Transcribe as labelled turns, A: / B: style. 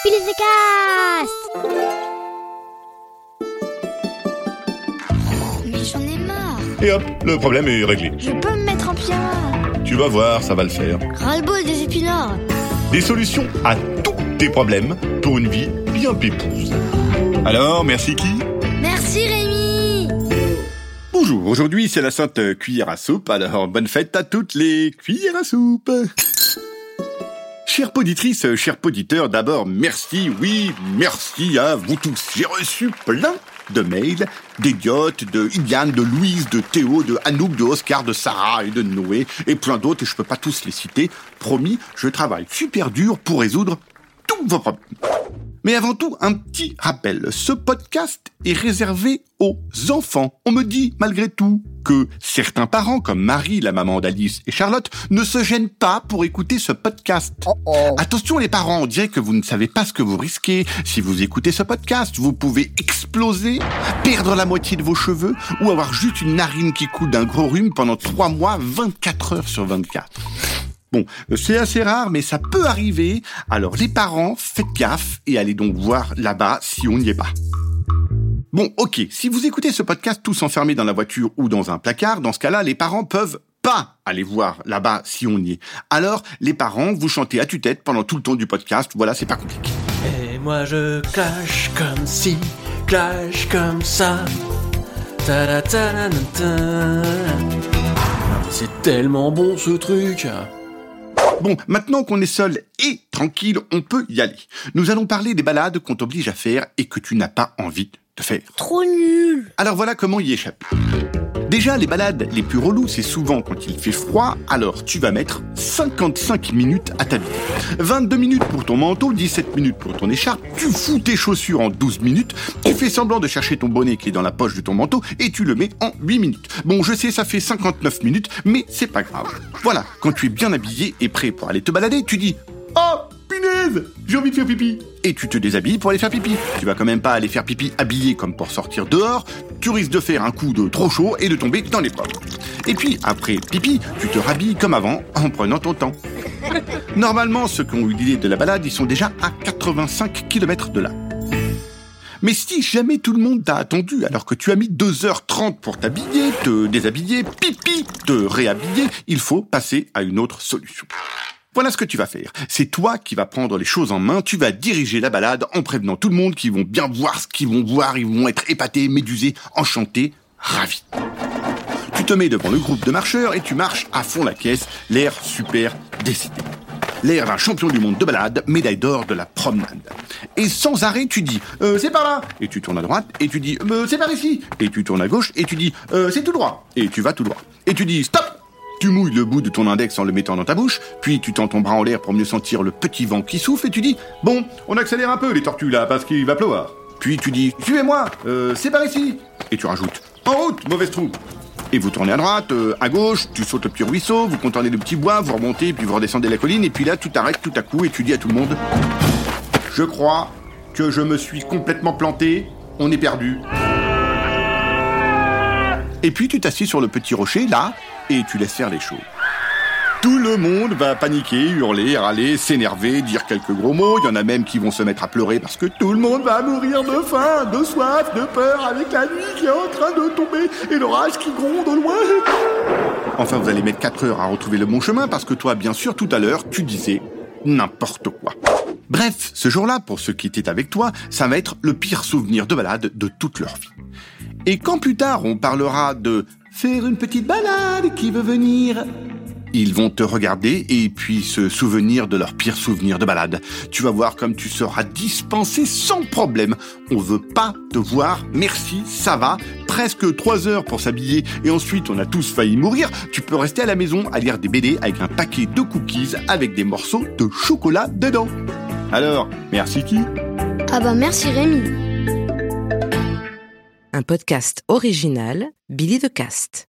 A: Billy the Cast.
B: Mais j'en ai marre.
C: Et hop, le problème est réglé.
B: Je peux me mettre en pyjama.
C: Tu vas voir, ça va le faire.
B: Ras-le-bol des épinards.
C: Des solutions à tous tes problèmes pour une vie bien pépouse. Alors, merci qui ?
B: Merci Rémi.
C: Bonjour, aujourd'hui c'est la sainte cuillère à soupe, alors bonne fête à toutes les cuillères à soupe. Chères poditrices, chers poditeurs, d'abord merci, oui, merci à vous tous. J'ai reçu plein de mails d'Idiote, de Iliane, de Louise, de Théo, de Anouk, de Oscar, de Sarah et de Noé, et plein d'autres, et je peux pas tous les citer. Promis, je travaille super dur pour résoudre tous vos problèmes. Mais avant tout, un petit rappel. Ce podcast est réservé aux enfants. On me dit, malgré tout, que certains parents, comme Marie, la maman d'Alice et Charlotte, ne se gênent pas pour écouter ce podcast. Attention les parents, on dirait que vous ne savez pas ce que vous risquez. Si vous écoutez ce podcast, vous pouvez exploser, perdre la moitié de vos cheveux, ou avoir juste une narine qui coule d'un gros rhume pendant 3 mois, 24 heures sur 24. Bon, c'est assez rare, mais ça peut arriver. Alors les parents, faites gaffe et allez donc voir là-bas si on n'y est pas. Bon, ok, si vous écoutez ce podcast tous enfermés dans la voiture ou dans un placard, dans ce cas-là, les parents peuvent pas aller voir là-bas si on y est. Alors, les parents, vous chantez à tue-tête pendant tout le temps du podcast, voilà, c'est pas compliqué.
D: Et moi je clash comme ci, clash comme ça. Ta-da-ta-da-da-da. C'est tellement bon ce truc.
C: Bon, maintenant qu'on est seul et tranquille, on peut y aller. Nous allons parler des balades qu'on t'oblige à faire et que tu n'as pas envie de faire.
B: Trop nul.
C: Alors voilà comment y échapper. Déjà, les balades les plus relous, c'est souvent quand il fait froid, alors tu vas mettre 55 minutes à t'habiller. 22 minutes pour ton manteau, 17 minutes pour ton écharpe, tu fous tes chaussures en 12 minutes, tu fais semblant de chercher ton bonnet qui est dans la poche de ton manteau et tu le mets en 8 minutes. Bon, je sais, ça fait 59 minutes, mais c'est pas grave. Voilà, quand tu es bien habillé et prêt pour aller te balader, tu dis « Oh, punaise, j'ai envie de faire pipi !» Et tu te déshabilles pour aller faire pipi. Tu vas quand même pas aller faire pipi habillé comme pour sortir dehors, tu risques de faire un coup de trop chaud et de tomber dans les pommes. Et puis, après pipi, tu te rhabilles comme avant, en prenant ton temps. Normalement, ceux qui ont eu l'idée de la balade, ils sont déjà à 85 km de là. Mais si jamais tout le monde t'a attendu alors que tu as mis 2h30 pour t'habiller, te déshabiller, pipi, te réhabiller, il faut passer à une autre solution. Voilà ce que tu vas faire. C'est toi qui vas prendre les choses en main, tu vas diriger la balade en prévenant tout le monde qu'ils vont bien voir ce qu'ils vont voir, ils vont être épatés, médusés, enchantés, ravis. Tu te mets devant le groupe de marcheurs et tu marches à fond la caisse, l'air super décidé. L'air d'un champion du monde de balade, médaille d'or de la promenade. Et sans arrêt, tu dis « c'est par là !» Et tu tournes à droite, et tu dis « c'est par ici !» Et tu tournes à gauche, et tu dis « c'est tout droit !» Et tu vas tout droit. Et tu dis « stop !» Tu mouilles le bout de ton index en le mettant dans ta bouche, puis tu tends ton bras en l'air pour mieux sentir le petit vent qui souffle, et tu dis « bon, on accélère un peu les tortues là, parce qu'il va pleuvoir. » Puis tu dis « suivez-moi, c'est par ici !» Et tu rajoutes « en route, mauvaise trou !» Et vous tournez à droite, à gauche, tu sautes au petit ruisseau, vous contournez le petit bois, vous remontez, puis vous redescendez la colline, et puis là, tout arrête tout à coup, et tu dis à tout le monde « je crois que je me suis complètement planté, on est perdu. » Et puis tu t'assieds sur le petit rocher, là, et tu laisses faire les choses. Tout le monde va paniquer, hurler, râler, s'énerver, dire quelques gros mots. Il y en a même qui vont se mettre à pleurer parce que tout le monde va mourir de faim, de soif, de peur, avec la nuit qui est en train de tomber et l'orage qui gronde au loin. Enfin, vous allez mettre 4 heures à retrouver le bon chemin parce que toi, bien sûr, tout à l'heure, tu disais n'importe quoi. Bref, ce jour-là, pour ceux qui étaient avec toi, ça va être le pire souvenir de balade de toute leur vie. Et quand plus tard, on parlera de faire une petite balade, qui veut venir ? Ils vont te regarder et puis se souvenir de leur pire souvenir de balade. Tu vas voir comme tu seras dispensé sans problème. On veut pas te voir, merci, ça va. Presque 3 heures pour s'habiller et ensuite on a tous failli mourir. Tu peux rester à la maison à lire des BD avec un paquet de cookies avec des morceaux de chocolat dedans. Alors, merci qui ?
B: Ah bah merci Rémi.
E: Un podcast original, Billy the Cast.